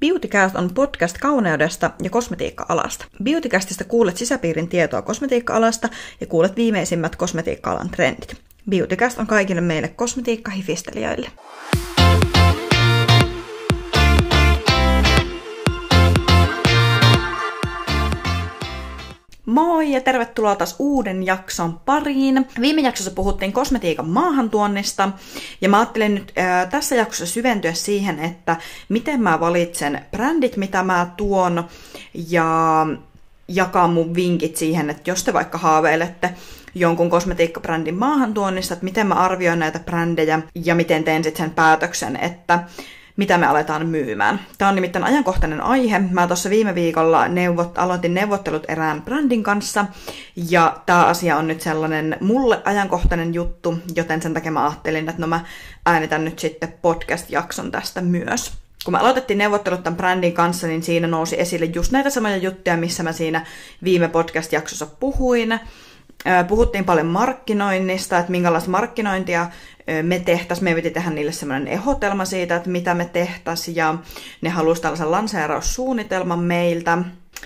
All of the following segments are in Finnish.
Beautycast on podcast kauneudesta ja kosmetiikka-alasta. Beautycastista kuulet sisäpiirin tietoa kosmetiikka-alasta ja kuulet viimeisimmät kosmetiikka-alan trendit. Beautycast on kaikille meille kosmetiikka-hifistelijöille. Moi ja tervetuloa taas uuden jakson pariin. Viime jaksossa puhuttiin kosmetiikan maahantuonnista ja mä ajattelin nyt tässä jaksossa syventyä siihen, että miten mä valitsen brändit, mitä mä tuon ja jakaa mun vinkit siihen, että jos te vaikka haaveilette jonkun kosmetiikkabrändin maahantuonnista, että miten mä arvioin näitä brändejä ja miten teen sitten sen päätöksen, että mitä me aletaan myymään. Tämä on nimittäin ajankohtainen aihe. Mä tuossa viime viikolla aloitin neuvottelut erään brändin kanssa, ja tämä asia on nyt sellainen mulle ajankohtainen juttu, joten sen takia mä ajattelin, että mä äänitän nyt sitten podcast-jakson tästä myös. Kun me aloitettiin neuvottelut tämän brändin kanssa, niin siinä nousi esille just näitä samoja juttuja, missä mä siinä viime podcast-jaksossa puhuin. Puhuttiin paljon markkinoinnista, että minkälaista markkinointia me tehtäisiin. Me piti tehdä niille semmoinen ehdotelma siitä, että mitä me tehtäisiin, ja ne halusi tällaisen lanseeraussuunnitelman meiltä,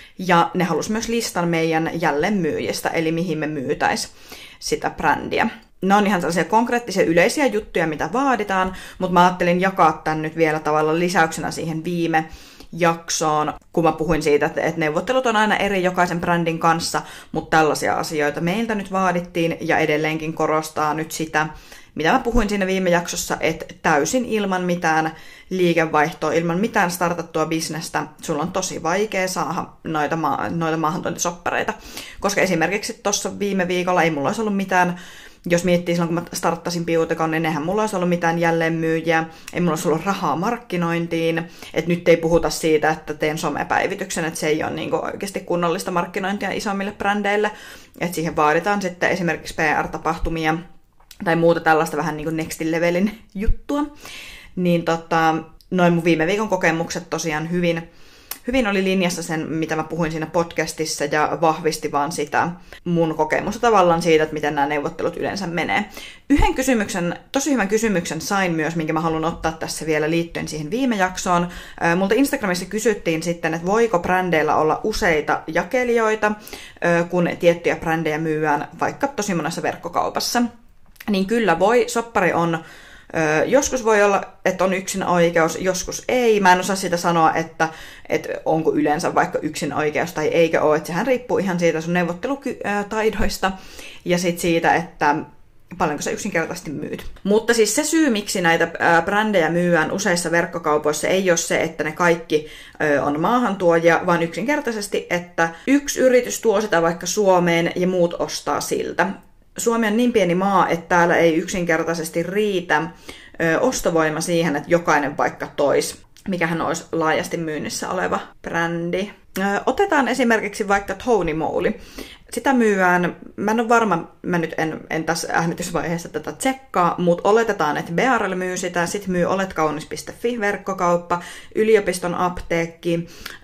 ja ne halusi myös listan meidän jälleenmyyjistä, eli mihin me myytäisiin sitä brändiä. Ne on ihan sellaisia konkreettisia yleisiä juttuja, mitä vaaditaan, mutta mä ajattelin jakaa tämän nyt vielä tavallaan lisäyksenä siihen viime jaksoon, kun mä puhuin siitä, että neuvottelut on aina eri jokaisen brändin kanssa, mutta tällaisia asioita meiltä nyt vaadittiin ja edelleenkin korostaa nyt sitä, mitä mä puhuin siinä viime jaksossa, että täysin ilman mitään liikevaihtoa, ilman mitään startattua bisnestä, sulla on tosi vaikea saada noita maahantuontisoppareita, koska esimerkiksi tuossa viime viikolla ei mulla olisi ollut mitään. Jos miettii silloin, kun mä starttasin Beautycon, niin eihän mulla olisi ollut mitään jälleenmyyjiä, ei mulla olisi ollut rahaa markkinointiin, että nyt ei puhuta siitä, että teen somepäivityksen, että se ei ole niin kuin oikeasti kunnollista markkinointia isommille brändeille, että siihen vaaditaan sitten esimerkiksi PR-tapahtumia tai muuta tällaista vähän niin kuin next levelin juttua, niin noin mun viime viikon kokemukset tosiaan hyvin oli linjassa sen, mitä mä puhuin siinä podcastissa, ja vahvisti vaan sitä mun kokemusta tavallaan siitä, että miten nämä neuvottelut yleensä menee. Yhden tosi hyvän kysymyksen sain myös, minkä mä haluan ottaa tässä vielä liittyen siihen viime jaksoon. Multa Instagramissa kysyttiin sitten, että voiko brändeillä olla useita jakelijoita, kun tiettyjä brändejä myyään vaikka tosi monessa verkkokaupassa. Niin kyllä voi, soppari on. Joskus voi olla, että on yksin oikeus, joskus ei. Mä en osaa sitä sanoa, että onko yleensä vaikka yksin oikeus tai eikö ole. Että sehän riippuu ihan siitä sun neuvottelutaidoista ja sit siitä, että paljonko sä yksinkertaisesti myyt. Mutta siis se syy, miksi näitä brändejä myyään useissa verkkokaupoissa, ei ole se, että ne kaikki on maahantuojia, vaan yksinkertaisesti, että yksi yritys tuo sitä vaikka Suomeen ja muut ostaa siltä. Suomi on niin pieni maa, että täällä ei yksinkertaisesti riitä ostovoima siihen, että jokainen vaikka toisi, mikähän olisi laajasti myynnissä oleva brändi. Otetaan esimerkiksi vaikka Tony Moly. Sitä myyään, mä en ole varma, mä nyt en tässä äänitysvaiheessa tätä tsekkaa, mutta oletetaan, että BRL myy sitä, sitten myy oletkaunis.fi verkkokauppa, yliopiston apteekki,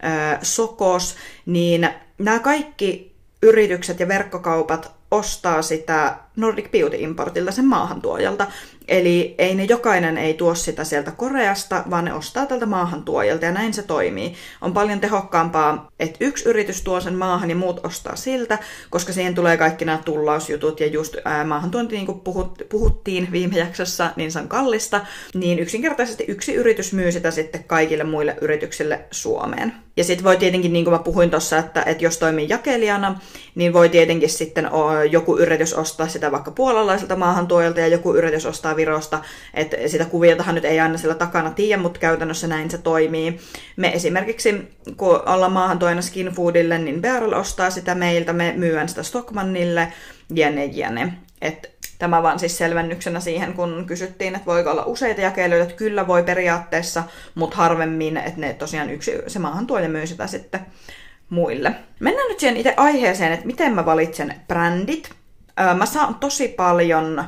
Sokos, niin nämä kaikki yritykset ja verkkokaupat ostaa sitä Nordic Beauty Importilta, sen maahantuojalta. Eli jokainen ei tuo sitä sieltä Koreasta, vaan ne ostaa tältä maahantuojalta, ja näin se toimii. On paljon tehokkaampaa, että yksi yritys tuo sen maahan ja muut ostaa siltä, koska siihen tulee kaikki nämä tullausjutut, ja just maahantuonti, niin kuin puhuttiin viime jaksossa, niin se on kallista, niin yksinkertaisesti yksi yritys myy sitä sitten kaikille muille yrityksille Suomeen. Ja sitten voi tietenkin, niin kuin mä puhuin tuossa, että jos toimii jakelijana, niin voi tietenkin sitten joku yritys ostaa sitä vaikka puolalaiselta maahantuojalta ja joku yritys ostaa Virosta, että sitä kuviotahan nyt ei aina sillä takana tiedä, mutta käytännössä näin se toimii. Me esimerkiksi, kun ollaan maahantuojana Skin Foodille, niin BRL ostaa sitä meiltä, me myydään sitä Stockmannille, jne. Että tämä vaan siis selvennyksenä siihen, kun kysyttiin, että voiko olla useita jakelijoita, että kyllä voi periaatteessa, mutta harvemmin, että ne tosiaan se maahantuoja myy sitä sitten muille. Mennään nyt siihen itse aiheeseen, että miten mä valitsen brändit. Mä saan tosi paljon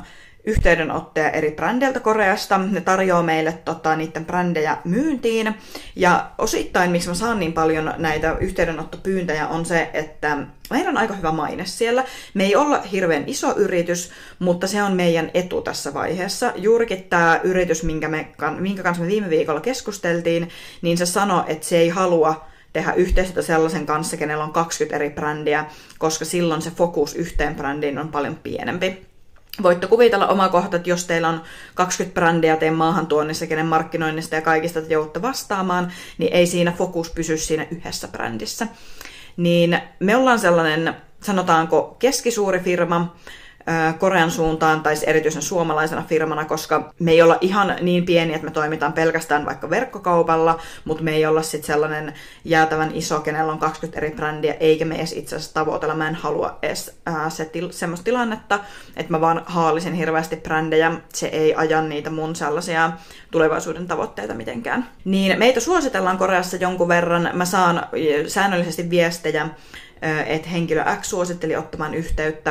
yhteydenottoja eri brändeiltä Koreasta. Ne tarjoaa meille niiden brändejä myyntiin. Ja osittain, miksi mä saan niin paljon näitä yhteydenottopyyntöjä, on se, että meillä on aika hyvä maine siellä. Me ei olla hirveän iso yritys, mutta se on meidän etu tässä vaiheessa. Juurikin tämä yritys, minkä kanssa me viime viikolla keskusteltiin, niin se sanoi, että se ei halua tehdä yhteistyötä sellaisen kanssa, kenellä on 20 eri brändiä, koska silloin se fokus yhteen brändiin on paljon pienempi. Voitte kuvitella omaa kohtaa, että jos teillä on 20 brändiä teidän maahantuonnissa, kenen markkinoinnista ja kaikista te joudutte vastaamaan, niin ei siinä fokus pysy siinä yhdessä brändissä. Niin me ollaan sellainen, sanotaanko, keskisuuri firma Korean suuntaan, tai erityisen suomalaisena firmana, koska me ei olla ihan niin pieni, että me toimitaan pelkästään vaikka verkkokaupalla, mutta me ei olla sitten sellainen jäätävän iso, kenellä on 20 eri brändiä, eikä me edes itse asiassa tavoitella. Mä en halua edes semmoista tilannetta, että mä vaan haalisin hirveästi brändejä. Se ei aja niitä mun sellaisia tulevaisuuden tavoitteita mitenkään. Niin meitä suositellaan Koreassa jonkun verran. Mä saan säännöllisesti viestejä, että henkilö X suositteli ottamaan yhteyttä.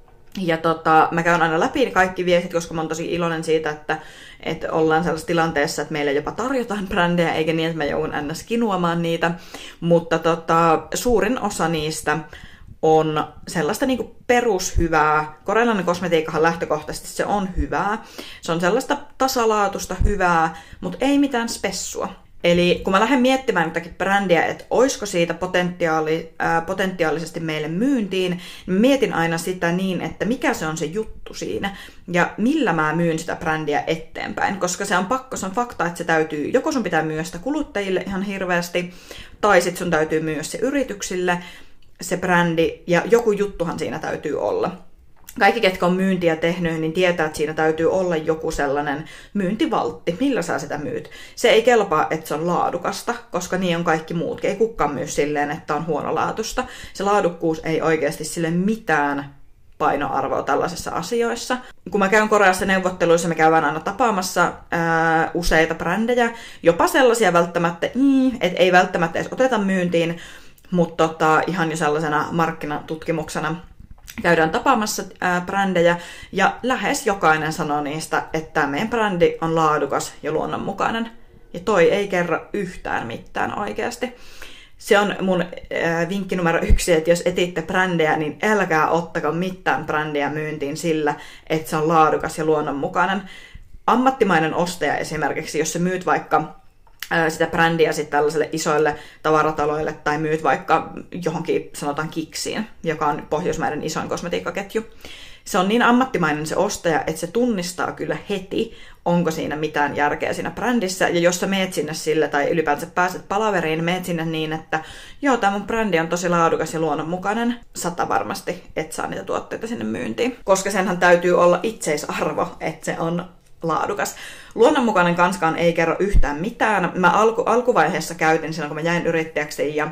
Ja mä käyn aina läpi kaikki viestit, koska mä oon tosi iloinen siitä, että ollaan sellaisessa tilanteessa, että meille jopa tarjotaan brändejä, eikä niin, että mä joudun aina skinuamaan niitä. Mutta suurin osa niistä on sellaista niinku perushyvää. Korealainen kosmetiikkahan lähtökohtaisesti se on hyvää. Se on sellaista tasalaatusta hyvää, mutta ei mitään spessua. Eli kun mä lähden miettimään jotakin brändiä, että olisiko siitä potentiaalisesti meille myyntiin, niin mietin aina sitä niin, että mikä se on se juttu siinä ja millä mä myyn sitä brändiä eteenpäin, koska se on fakta, että se täytyy, joko sun pitää myydä sitä kuluttajille ihan hirveästi, tai sitten sun täytyy myydä se yrityksille, se brändi, ja joku juttuhan siinä täytyy olla. Kaikki, ketkä on myyntiä tehnyt, niin tietää, että siinä täytyy olla joku sellainen myyntivaltti, millä sä sitä myyt. Se ei kelpaa, että se on laadukasta, koska niin on kaikki muutkin. Ei kukaan myy silleen, että on huonolaatusta. Se laadukkuus ei oikeasti sille mitään painoarvoa tällaisissa asioissa. Kun mä käyn Koreassa neuvotteluissa, me käydään aina tapaamassa useita brändejä, jopa sellaisia välttämättä, että ei välttämättä edes oteta myyntiin, mutta ihan jo sellaisena markkinatutkimuksena käydään tapaamassa brändejä, ja lähes jokainen sanoo niistä, että tämä meidän brändi on laadukas ja luonnonmukainen. Ja toi ei kerro yhtään mitään oikeasti. Se on mun vinkki numero 1, että jos etitte brändejä, niin älkää ottako mitään brändiä myyntiin sillä, että se on laadukas ja luonnonmukainen. Ammattimainen ostaja esimerkiksi, jos sä myyt vaikka sitä brändiä sitten tällaiselle isoille tavarataloille tai myyt vaikka johonkin, sanotaan Kiksiin, joka on Pohjoismaiden isoin kosmetiikkaketju. Se on niin ammattimainen se ostaja, että se tunnistaa kyllä heti, onko siinä mitään järkeä siinä brändissä. Ja jos sä meet sinne sille tai ylipäänsä pääset palaveriin, meet sinne niin, että joo, tämä mun brändi on tosi laadukas ja luonnonmukainen, 100 varmasti et saa niitä tuotteita sinne myyntiin. Koska senhän täytyy olla itseisarvo, että se on laadukas. Luonnonmukainen kanskaan ei kerro yhtään mitään. Mä alkuvaiheessa käytin silloin, kun mä jäin yrittäjäksi ja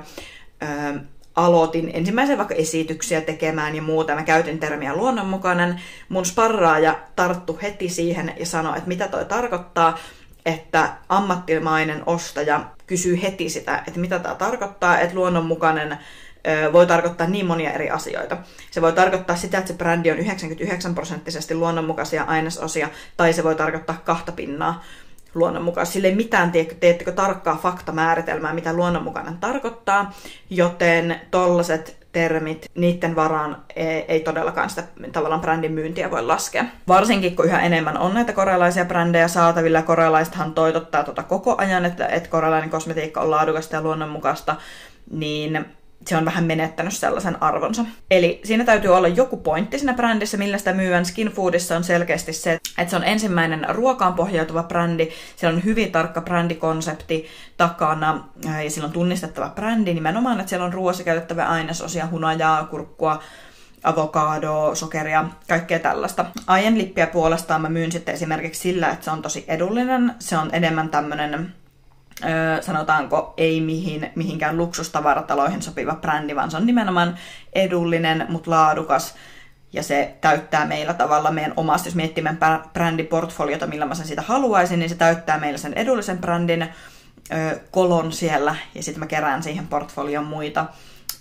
aloitin ensimmäisen vaikka esityksiä tekemään ja muuta. Mä käytin termiä luonnonmukainen. Mun sparraaja tarttu heti siihen ja sanoi, että mitä toi tarkoittaa, että ammattimainen ostaja kysyy heti sitä, että mitä tää tarkoittaa, että luonnonmukainen voi tarkoittaa niin monia eri asioita. Se voi tarkoittaa sitä, että se brändi on 99% luonnonmukaisia ainesosia, tai se voi tarkoittaa 2% luonnonmukaisia. Sille ei mitään teettekö tarkkaa faktamääritelmää, mitä luonnonmukainen tarkoittaa, joten tollaset termit, niiden varaan ei todellakaan sitä tavallaan brändin myyntiä voi laskea. Varsinkin, kun yhä enemmän on näitä korealaisia brändejä saatavilla, korealaisethan toitottaa koko ajan, että korealainen kosmetiikka on laadukasta ja luonnonmukaista, niin se on vähän menettänyt sellaisen arvonsa. Eli siinä täytyy olla joku pointti siinä brändissä, millä sitä myyään. Skinfoodissa on selkeästi se, että se on ensimmäinen ruokaan pohjautuva brändi. Siellä on hyvin tarkka brändikonsepti takana ja sillä on tunnistettava brändi nimenomaan, että siellä on ruoassa käytettäviä ainesosia, hunajaa, kurkkua, avokadoa, sokeria, kaikkea tällaista. Aienlippiä puolestaan mä myyn sitten esimerkiksi sillä, että se on tosi edullinen. Se on enemmän tämmönen sanotaanko ei mihinkään luksustavarataloihin sopiva brändi, vaan se on nimenomaan edullinen, mutta laadukas. Ja se täyttää meillä tavalla meidän omasta, jos miettii meidän brändiportfoliota, millä mä sen sitä haluaisin, niin se täyttää meillä sen edullisen brändin kolon siellä, ja sitten mä kerään siihen portfolion muita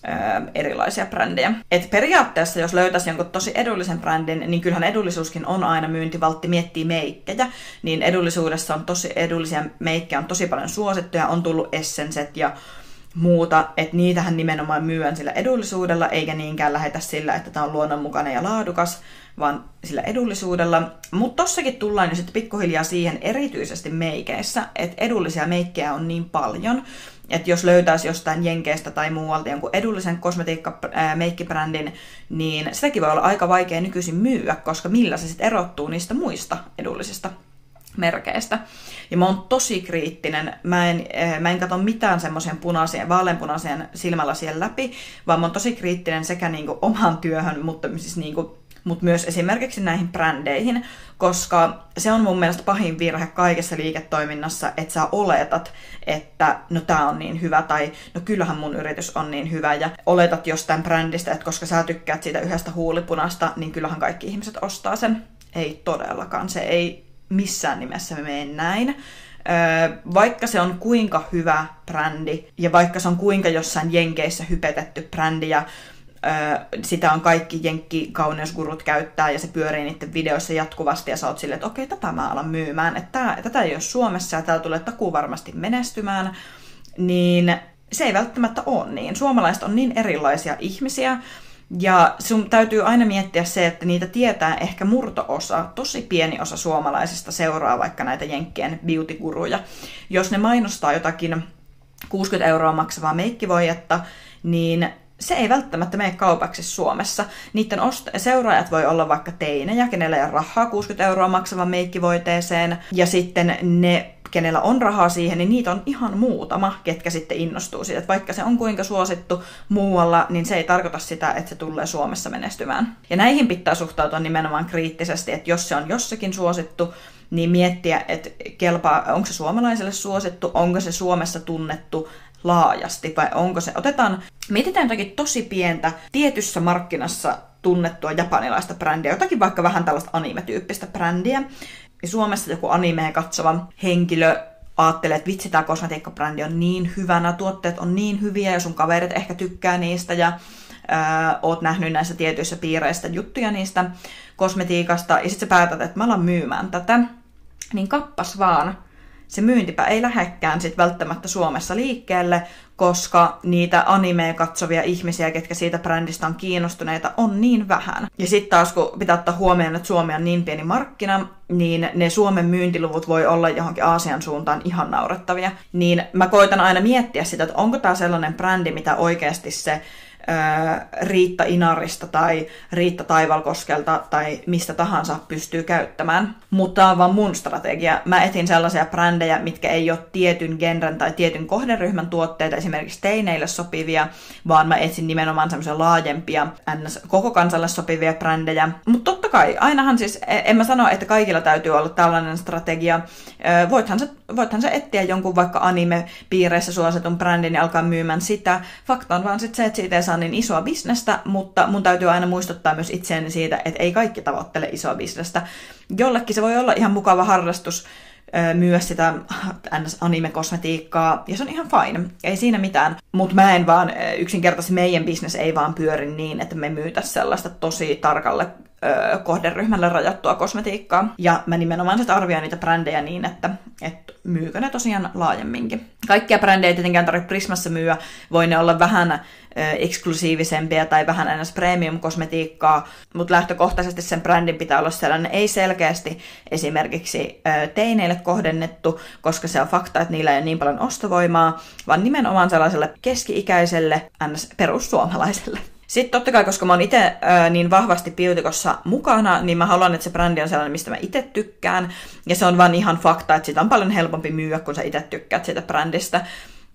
erilaisia brändejä. Et periaatteessa, jos löytäisi jonkun tosi edullisen brändin, niin kyllähän edullisuuskin on aina myyntivaltti. Miettii meikkejä, niin edullisuudessa on tosi edullisia meikkejä, on tosi paljon suosittuja, on tullut Essenset ja muuta, että niitähän nimenomaan myyään sillä edullisuudella, eikä niinkään lähetä sillä, että tämä on luonnonmukainen ja laadukas, vaan sillä edullisuudella. Mutta tossakin tullaan jo sitten pikkuhiljaa siihen, erityisesti meikeissä, että edullisia meikkejä on niin paljon, että jos löytäisi jostain Jenkeistä tai muualta jonkun edullisen kosmetiikka-meikkibrändin, niin sitäkin voi olla aika vaikea nykyisin myyä, koska millä se sitten erottuu niistä muista edullisista merkeistä. Ja mä oon tosi kriittinen. Mä en katso mitään semmoisen vaaleanpunaisen silmälasien läpi, vaan mä oon tosi kriittinen sekä niinku omaan työhön, mutta myös esimerkiksi näihin brändeihin, koska se on mun mielestä pahin virhe kaikessa liiketoiminnassa, että sä oletat, että no tää on niin hyvä, tai no kyllähän mun yritys on niin hyvä, ja oletat jostain brändistä, että koska sä tykkäät siitä yhdestä huulipunasta, niin kyllähän kaikki ihmiset ostaa sen. Ei todellakaan, se ei missään nimessä mene näin. Vaikka se on kuinka hyvä brändi, ja vaikka se on kuinka jossain Jenkeissä hypetetty brändi, ja sitä on kaikki jenkkikauneusgurut käyttää, ja se pyörii niiden videoissa jatkuvasti, ja sä oot silleen, että okei, tätä mä alan myymään, että tätä ei ole Suomessa, ja tää tulee takuvarmasti menestymään, niin se ei välttämättä ole niin. Suomalaiset on niin erilaisia ihmisiä, ja sun täytyy aina miettiä se, että niitä tietää ehkä murto-osa, tosi pieni osa suomalaisista seuraa vaikka näitä jenkkien beauty-guruja. Jos ne mainostaa jotakin 60 € maksavaa meikkivoidetta, niin se ei välttämättä mene kaupaksi Suomessa. Niiden seuraajat voi olla vaikka teinejä, kenellä ei ole rahaa 60 € maksavan meikkivoiteeseen, ja sitten ne, kenellä on rahaa siihen, niin niitä on ihan muutama, ketkä sitten innostuu siitä. Että vaikka se on kuinka suosittu muualla, niin se ei tarkoita sitä, että se tulee Suomessa menestymään. Ja näihin pitää suhtautua nimenomaan kriittisesti, että jos se on jossakin suosittu, niin miettiä, että onko se suomalaiselle suosittu, onko se Suomessa tunnettu laajasti, vai onko se, mietitään jotakin tosi pientä, tietyssä markkinassa tunnettua japanilaista brändiä, jotakin vaikka vähän tällaista anime-tyyppistä brändiä, ja Suomessa joku animeen katsova henkilö ajattelee, että vitsi, tämä kosmetiikkabrändi on niin hyvä, nämä tuotteet on niin hyviä, ja sun kaverit ehkä tykkää niistä, ja oot nähnyt näissä tietyissä piireissä juttuja niistä kosmetiikasta, ja sitten sä päätät, että mä alan myymään tätä, niin kappas vaan, se myyntipä ei lähdekään sit välttämättä Suomessa liikkeelle, koska niitä animeen katsovia ihmisiä, ketkä siitä brändistä on kiinnostuneita, on niin vähän. Ja sitten taas, kun pitää ottaa huomioon, että Suomi on niin pieni markkina, niin ne Suomen myyntiluvut voi olla johonkin Aasian suuntaan ihan naurettavia. Niin mä koitan aina miettiä sitä, että onko tää sellainen brändi, mitä oikeasti se Riitta Inarista tai Riitta Taivalkoskelta tai mistä tahansa pystyy käyttämään. Mutta tämä on vaan mun strategia. Mä etin sellaisia brändejä, mitkä ei ole tietyn genren tai tietyn kohderyhmän tuotteita, esimerkiksi teineille sopivia, vaan mä etsin nimenomaan semmoisia laajempia, koko kansalle sopivia brändejä. Mutta totta kai, ainahan siis, en mä sano, että kaikilla täytyy olla tällainen strategia. Voithan sä etsiä jonkun vaikka anime-piireissä suositun brändin ja alkaa myymään sitä. Fakta on vaan sit se, että siitä ei saa niin isoa bisnestä, mutta mun täytyy aina muistuttaa myös itseäni siitä, että ei kaikki tavoittele isoa bisnestä. Jollekin se voi olla ihan mukava harrastus myös sitä anime-kosmetiikkaa, ja se on ihan fine, ei siinä mitään. Mutta mä en vaan, yksinkertaisesti meidän bisnes ei vaan pyöri niin, että me myytäisiin sellaista tosi tarkalle kohderyhmälle rajattua kosmetiikkaa. Ja mä nimenomaan sit arvioin niitä brändejä niin, että myykö ne tosiaan laajemminkin. Kaikkia brändejä ei tietenkään tarvitse Prismassa myyä, voi ne olla vähän eksklusiivisempia tai vähän ns. Premium-kosmetiikkaa, mutta lähtökohtaisesti sen brändin pitää olla sellainen ei selkeästi esimerkiksi teineille kohdennettu, koska se on fakta, että niillä ei ole niin paljon ostovoimaa, vaan nimenomaan sellaiselle keski-ikäiselle ns. Perussuomalaiselle. Sitten totta kai, koska mä oon itse niin vahvasti Beautykossa mukana, niin mä haluan, että se brändi on sellainen, mistä mä itse tykkään. Ja se on vaan ihan fakta, että sitä on paljon helpompi myyä, kun sä itse tykkäät siitä brändistä.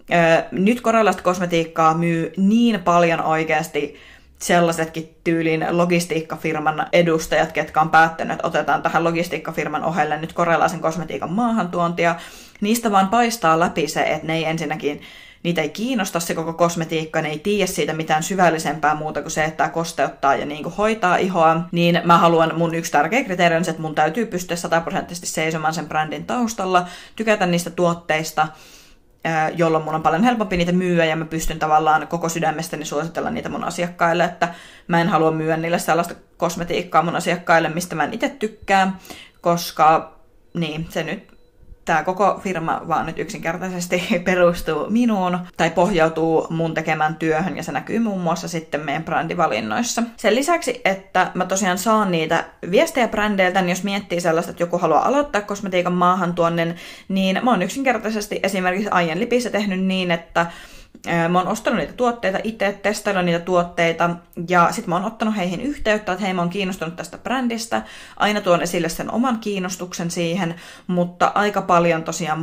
Nyt korealaista kosmetiikkaa myy niin paljon oikeasti sellaisetkin tyyliin logistiikkafirman edustajat, ketkä on päättänyt, että otetaan tähän logistiikkafirman ohelle nyt korealaisen kosmetiikan maahantuontia. Niistä vaan paistaa läpi se, että ne ei ensinnäkin niitä ei kiinnosta se koko kosmetiikka, ne ei tiedä siitä mitään syvällisempää muuta kuin se, että tämä kosteuttaa ja niin kuin hoitaa ihoa. Niin mä haluan, mun yksi tärkeä kriteeri on se, että mun täytyy pystyä 100% seisomaan sen brändin taustalla, tykätä niistä tuotteista jolloin mun on paljon helpompi niitä myyä ja mä pystyn tavallaan koko sydämestäni suositella niitä mun asiakkaille, että mä en halua myyä niille sellaista kosmetiikkaa mun asiakkaille, mistä mä en itse tykkään, koska niin, se nyt tämä koko firma vaan nyt yksinkertaisesti perustuu minuun tai pohjautuu mun tekemään työhön ja se näkyy muun muassa sitten meidän brändivalinnoissa. Sen lisäksi, että mä tosiaan saan niitä viestejä brändeiltä, niin jos miettii sellaista, että joku haluaa aloittaa kosmetiikan maahantuonnin, niin mä oon yksinkertaisesti esimerkiksi Aien Lipissä tehnyt niin, että mä oon ostanut niitä tuotteita itse, testaillut niitä tuotteita ja sit mä oon ottanut heihin yhteyttä, että hei mä oon kiinnostunut tästä brändistä. Aina tuon esille sen oman kiinnostuksen siihen, mutta aika paljon tosiaan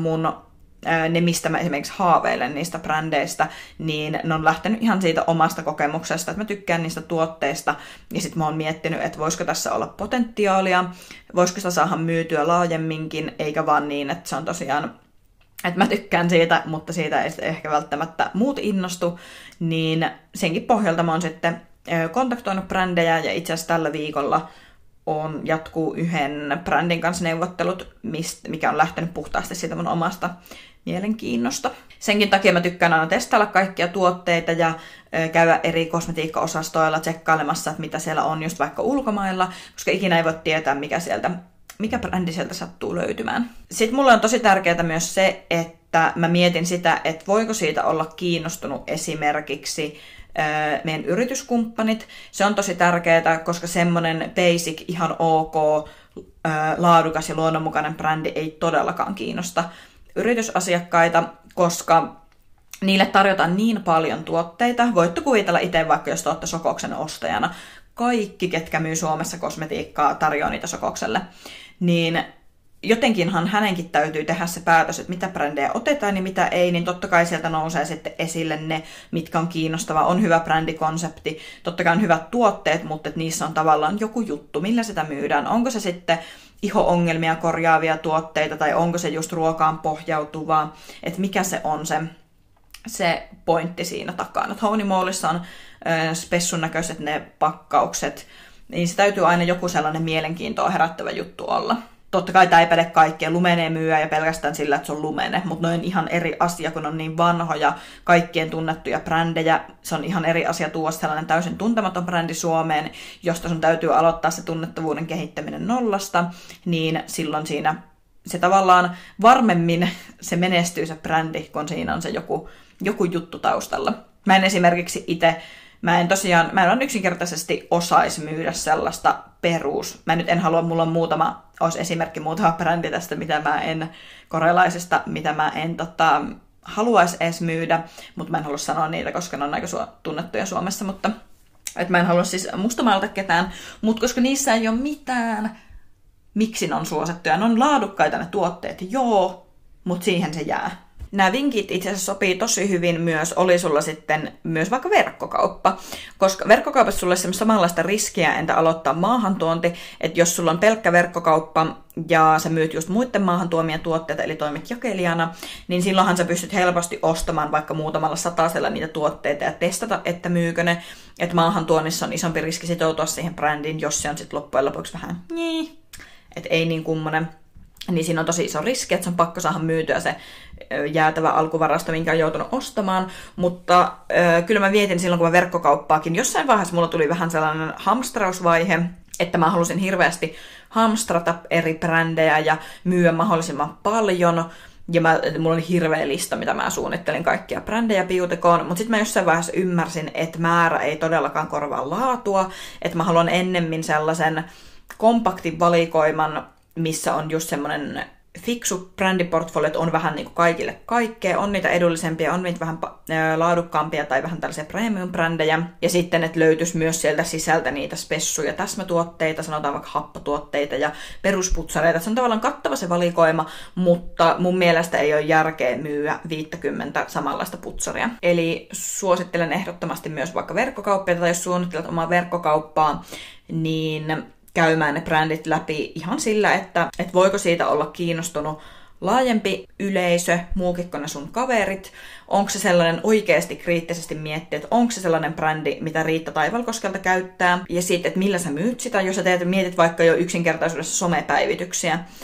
ne mistä mä esimerkiksi haaveilen niistä brändeistä, niin ne on lähtenyt ihan siitä omasta kokemuksesta, että mä tykkään niistä tuotteista ja sit mä oon miettinyt, että voisiko tässä olla potentiaalia, voisiko sitä saada myytyä laajemminkin, eikä vaan niin, että se on tosiaan että mä tykkään siitä, mutta siitä ei ehkä välttämättä muut innostu, niin senkin pohjalta mä oon sitten kontaktoinut brändejä ja itse asiassa tällä viikolla jatkuu yhden brändin kanssa neuvottelut, mikä on lähtenyt puhtaasti siitä mun omasta mielenkiinnosta. Senkin takia mä tykkään aina testailla kaikkia tuotteita ja käydä eri kosmetiikkaosastoilla tsekkailemassa, että mitä siellä on just vaikka ulkomailla, koska ikinä ei voi tietää, mikä brändi sieltä sattuu löytymään. Sitten mulle on tosi tärkeää myös se, että mä mietin sitä, että voiko siitä olla kiinnostunut esimerkiksi meidän yrityskumppanit. Se on tosi tärkeää, koska semmoinen basic, ihan ok, laadukas ja luonnonmukainen brändi ei todellakaan kiinnosta yritysasiakkaita, koska niille tarjotaan niin paljon tuotteita. Voitte kuvitella itse vaikka, jos te olette Sokoksen ostajana. Kaikki, ketkä myy Suomessa kosmetiikkaa, tarjoaa niitä Sokokselle. Niin jotenkinhan hänenkin täytyy tehdä se päätös, että mitä brändejä otetaan ja mitä ei, niin totta kai sieltä nousee sitten esille ne, mitkä on kiinnostavaa. On hyvä brändikonsepti, totta kai on hyvät tuotteet, mutta niissä on tavallaan joku juttu, millä sitä myydään. Onko se sitten iho-ongelmia korjaavia tuotteita tai onko se just ruokaan pohjautuvaa, että mikä se on se pointti siinä takana. Holy Molyssa on spessun näköiset ne pakkaukset, niin se täytyy aina joku sellainen mielenkiintoa herättävä juttu olla. Totta kai tämä ei päde kaikkea. Lumene myyä ja pelkästään sillä, että se on Lumene, mutta ne on ihan eri asia, kun on niin vanhoja, kaikkien tunnettuja brändejä. Se on ihan eri asia tuoda sellainen täysin tuntematon brändi Suomeen, josta sun täytyy aloittaa se tunnettavuuden kehittäminen nollasta, niin silloin siinä se tavallaan varmemmin se menestyy se brändi, kun siinä on se joku juttu taustalla. Mä en esimerkiksi itse, mä en yksinkertaisesti osaisi myydä sellaista mä nyt en halua, mulla on olisi esimerkki muutama brändi tästä, korealaisesta, mitä mä en haluaisi edes myydä, mutta mä en halua sanoa niitä, koska ne on aika tunnettuja Suomessa, mutta että mä en halua siis mustamalta ketään, mutta koska niissä ei ole mitään, miksi ne on suosittuja, ne on laadukkaita ne tuotteet, joo, mutta siihen se jää. Nämä vinkit itse asiassa sopii tosi hyvin myös, oli sulla sitten myös vaikka verkkokauppa, koska verkkokaupassa sulla on semmoista samanlaista riskiä entä aloittaa maahantuonti, että jos sulla on pelkkä verkkokauppa ja sä myyt just muiden maahantuomia tuotteita, eli toimit jakelijana, niin silloinhan sä pystyt helposti ostamaan vaikka muutamalla satasella niitä tuotteita ja testata, että myykö ne, että maahantuonnissa on isompi riski sitoutua siihen brändiin, jos se on sitten loppujen lopuksi vähän että ei niin kummonen. Niin siinä on tosi iso riski, että se on pakko saada myytyä se jäätävä alkuvarasto, minkä on joutunut ostamaan. Mutta kyllä mä vietin silloin, kun mä verkkokauppaakin. Jossain vaiheessa mulla tuli vähän sellainen hamstrausvaihe, että mä halusin hirveästi hamstrata eri brändejä ja myyä mahdollisimman paljon. Ja mulla oli hirveä lista, mitä mä suunnittelin kaikkia brändejä piutekoon. Mutta sitten mä jossain vaiheessa ymmärsin, että määrä ei todellakaan korvaa laatua. Että mä haluan ennemmin sellaisen kompaktin valikoiman, missä on just semmoinen fiksu brändiportfolio, että on vähän niin kuin kaikille kaikkea, on niitä edullisempia, on niitä vähän laadukkaampia tai vähän tällaisia premium-brändejä. Ja sitten, että löytyisi myös sieltä sisältä niitä spessuja, täsmätuotteita, sanotaan vaikka happotuotteita ja perusputsareita. Se on tavallaan kattava se valikoima, mutta mun mielestä ei ole järkeä myyä 50 samanlaista putsaria. Eli suosittelen ehdottomasti myös vaikka verkkokauppia, tai jos suunnittelet omaa verkkokauppaa, niin käymään ne brändit läpi ihan sillä, että voiko siitä olla kiinnostunut laajempi yleisö, muukin kuin ne sun kaverit. Onko se sellainen oikeasti kriittisesti miettiä, että onko se sellainen brändi, mitä Riitta Taivalkoskelta käyttää. Ja sitten, että millä sä myyt sitä, jos sä mietit vaikka jo yksinkertaisuudessa somepäivityksiä.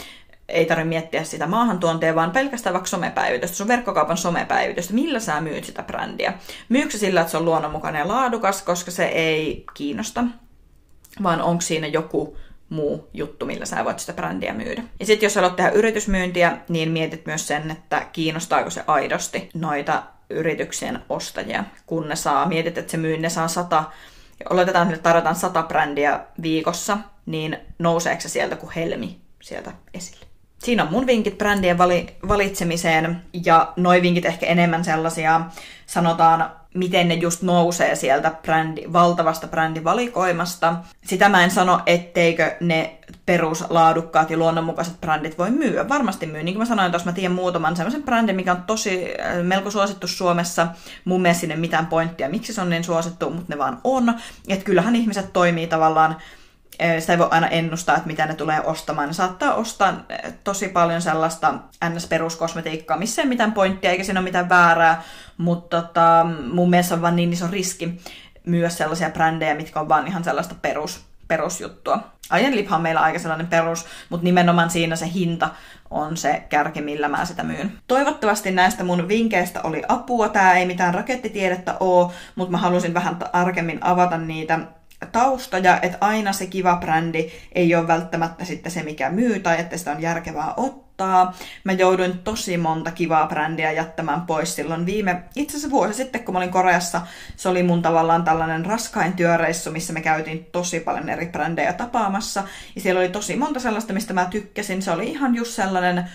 ei tarvitse miettiä sitä maahantuontia, vaan pelkästään vaikka somepäivitystä, sun verkkokaupan somepäivitystä, millä sä myyt sitä brändiä. Myyksä sillä, että se on luonnonmukainen ja laadukas, koska se ei kiinnosta, vaan onko siinä joku muu juttu, millä sä voit sitä brändiä myydä. Ja sitten jos haluat tehdä yritysmyyntiä, niin mietit myös sen, että kiinnostaako se aidosti noita yrityksien ostajia, kun ne saa, mietit, että se myy, ne saa 100, ja oletetaan, että tarjotaan 100 brändiä viikossa, niin nouseeko se sieltä kuin helmi sieltä esille. Siinä on mun vinkit brändien valitsemiseen, ja noi vinkit ehkä enemmän sellaisia, sanotaan, miten ne just nousee sieltä valtavasta brändivalikoimasta. Sitä mä en sano, etteikö ne peruslaadukkaat ja luonnonmukaiset brändit voi myyä. Varmasti myy. Niin kuin mä sanoin tuossa, mä tiedän muutaman sellaisen brändin, mikä on melko suosittu Suomessa. Mun mielestä sinne mitään pointtia, miksi se on niin suosittu, mutta ne vaan on. Että kyllähän ihmiset toimii tavallaan, sitä ei voi aina ennustaa, että mitä ne tulee ostamaan. Ne saattaa ostaa tosi paljon sellaista NS-peruskosmetiikkaa, missä ei mitään pointtia, eikä siinä ole mitään väärää, mutta mun mielestä on vaan niin iso riski myös sellaisia brändejä, mitkä on vaan ihan sellaista perusjuttua. Aien Liphan meillä on aika sellainen perus, mutta nimenomaan siinä se hinta on se kärki, millä mä sitä myyn. Toivottavasti näistä mun vinkkeistä oli apua. Tää ei mitään rakettitiedettä ole, mutta mä halusin vähän tarkemmin avata niitä taustoja, että aina se kiva brändi ei ole välttämättä sitten se, mikä myy, tai että sitä on järkevää ottaa. Mä jouduin tosi monta kivaa brändiä jättämään pois silloin itse asiassa vuosi sitten, kun mä olin Koreassa. Se oli mun tavallaan tällainen raskain työreissu, missä me käytiin tosi paljon eri brändejä tapaamassa. Ja siellä oli tosi monta sellaista, mistä mä tykkäsin. Se oli ihan just sellainen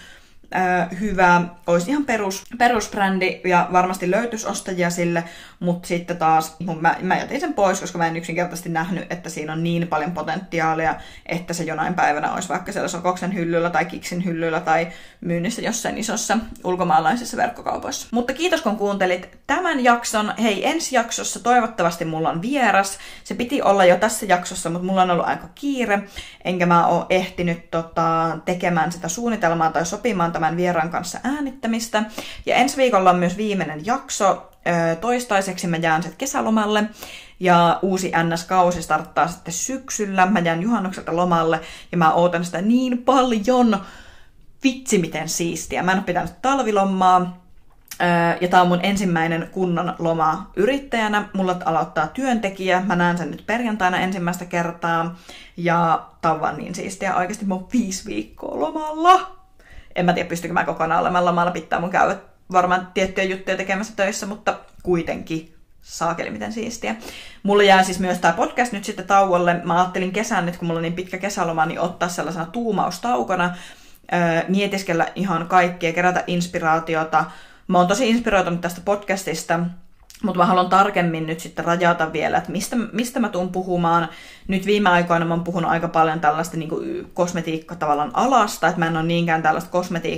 hyvä, olisi ihan perusbrändi ja varmasti löytyisi ostajia sille, mutta sitten taas mä jätin sen pois, koska mä en yksinkertaisesti nähnyt, että siinä on niin paljon potentiaalia, että se jonain päivänä olisi vaikka siellä Sokoksen hyllyllä tai Kiksin hyllyllä tai myynnissä jossain isossa ulkomaalaisessa verkkokaupoissa. Mutta kiitos kun kuuntelit tämän jakson. Hei, ensi jaksossa toivottavasti mulla on vieras. Se piti olla jo tässä jaksossa, mutta mulla on ollut aika kiire, enkä mä ole ehtinyt tekemään sitä suunnitelmaa tai sopimaan tämän vieraan kanssa äänittämistä. Ja ensi viikolla on myös viimeinen jakso. Toistaiseksi mä jään sitten kesälomalle. Ja uusi NS-kausi starttaa sitten syksyllä. Mä jään juhannukselta lomalle ja mä ootan sitä niin paljon. Vitsi miten siistiä. Mä en ole pitänyt talvilomaa. Ja tää on mun ensimmäinen kunnon loma yrittäjänä. Mulla aloittaa työntekijä. Mä näen sen nyt perjantaina ensimmäistä kertaa. Ja tää on vaan niin siistiä. Oikeesti mä oon 5 viikkoa lomalla. En mä tiedä, pystykö mä kokonaan olemaan lomalla. Pitää mun käydä varmaan tiettyjä juttuja tekemässä töissä, mutta kuitenkin saakeli miten siistiä. Mulla jää siis myös tää podcast nyt sitten tauolle. Mä ajattelin kesän nyt, kun mulla on niin pitkä kesäloma, niin ottaa sellaisena tuumaustaukona. Mietiskellä ihan kaikkea, kerätä inspiraatiota. Mä oon tosi inspiroitunut tästä podcastista, mutta mä haluan tarkemmin nyt sitten rajata vielä, että mistä mä tuun puhumaan. Nyt viime aikoina mä oon puhunut aika paljon tällaista niin kuin kosmetiikka tavallaan alasta, että mä en ole niinkään tällaista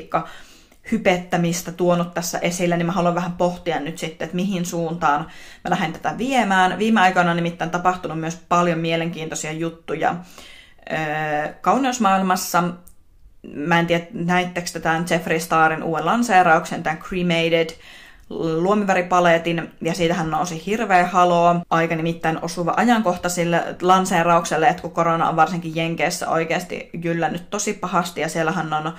kosmetiikka-hypettämistä tuonut tässä esille, niin mä haluan vähän pohtia nyt sitten, että mihin suuntaan mä lähden tätä viemään. Viime aikoina on nimittäin tapahtunut myös paljon mielenkiintoisia juttuja kauneusmaailmassa. Mä en tiedä, näittekö tämän Jeffree Starin uuden lanseerauksen, tämän Cremated luomiväripaletin, ja siitähän nousi hirveä haloo. Aika nimittäin osuva ajankohta sille lanseeraukselle, että kun korona on varsinkin Jenkeissä oikeasti jyllännyt tosi pahasti, ja siellähän on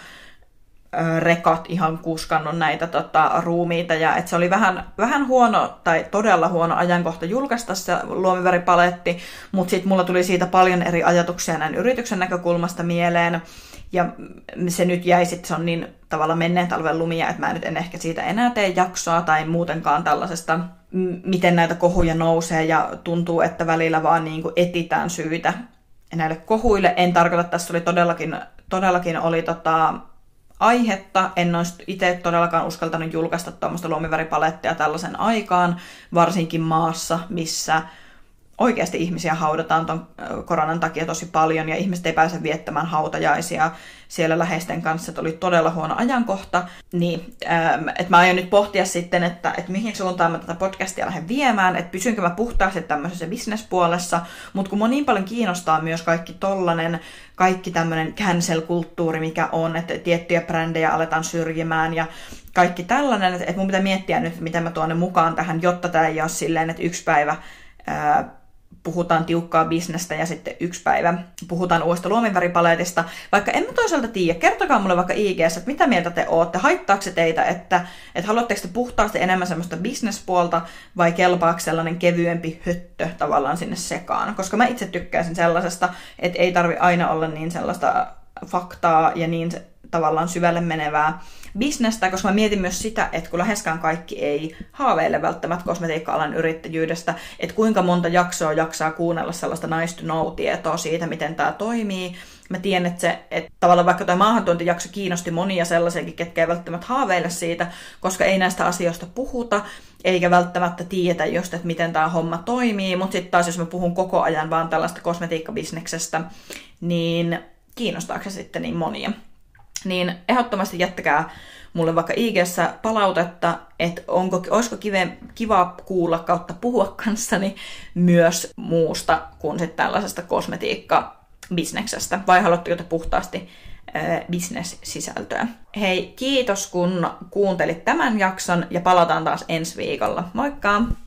rekat ihan kuskannut näitä ruumiita, ja että se oli vähän huono tai todella huono ajankohta julkaista se luomiväripaletti, mutta sitten mulla tuli siitä paljon eri ajatuksia näin yrityksen näkökulmasta mieleen, ja se nyt jäi sitten, se on niin tavallaan menneen talven lumia, että mä nyt en ehkä siitä enää tee jaksoa tai muutenkaan tällaisesta, miten näitä kohuja nousee ja tuntuu, että välillä vaan niin kuin etitään syitä näille kohuille. En tarkoita, että tässä oli todellakin oli aihetta. En olisi itse todellakaan uskaltanut julkaista tuommoista luomiväripalettia tällaisen aikaan, varsinkin maassa, missä oikeasti ihmisiä haudataan ton koronan takia tosi paljon ja ihmiset ei pääse viettämään hautajaisia siellä läheisten kanssa, että oli todella huono ajankohta. Niin, että mä aion nyt pohtia sitten, että mihin suuntaan mä tätä podcastia lähden viemään, että pysynkö mä puhtaasti tämmöisessä business-puolessa, mutta kun mua niin paljon kiinnostaa myös kaikki tämmöinen cancel-kulttuuri, mikä on, että tiettyjä brändejä aletaan syrjimään ja kaikki tällainen, että mun pitää miettiä nyt, miten mä tuon ne mukaan tähän, jotta tää ei ole silleen, että yksi päivä puhutaan tiukkaa bisnestä ja sitten yksi päivä puhutaan uudesta luominväripaletista. Vaikka en mä toisaalta tiedä, kertokaa mulle vaikka IG:ssä, että mitä mieltä te ootte, haittaako se teitä, että haluatteko te puhtaasti enemmän semmoista bisnespuolta vai kelpaako sellainen kevyempi höttö tavallaan sinne sekaan. Koska mä itse tykkäisin sellaisesta, että ei tarvi aina olla niin sellaista faktaa ja niin tavallaan syvälle menevää bisnestä, koska mä mietin myös sitä, että kun läheskään kaikki ei haaveile välttämättä kosmetiikka-alan yrittäjyydestä, että kuinka monta jaksoa jaksaa kuunnella sellaista nice to know-tietoa siitä, miten tämä toimii. Mä tiedän, että tavallaan vaikka toi maahantuontijakso kiinnosti monia sellaisiakin, ketkä ei välttämättä haaveile siitä, koska ei näistä asioista puhuta, eikä välttämättä tiedetä just, että miten tämä homma toimii, mutta sitten taas jos mä puhun koko ajan vaan tällaista kosmetiikkabisneksestä, niin kiinnostaako se sitten niin monia. Niin ehdottomasti jättäkää mulle vaikka IG:ssä palautetta, että olisiko kiva kuulla kautta puhua kanssani myös muusta kuin sitten tällaisesta kosmetiikkabisneksestä, vai haluatteko te puhtaasti business-sisältöä. Hei, kiitos kun kuuntelit tämän jakson ja palataan taas ensi viikolla. Moikka!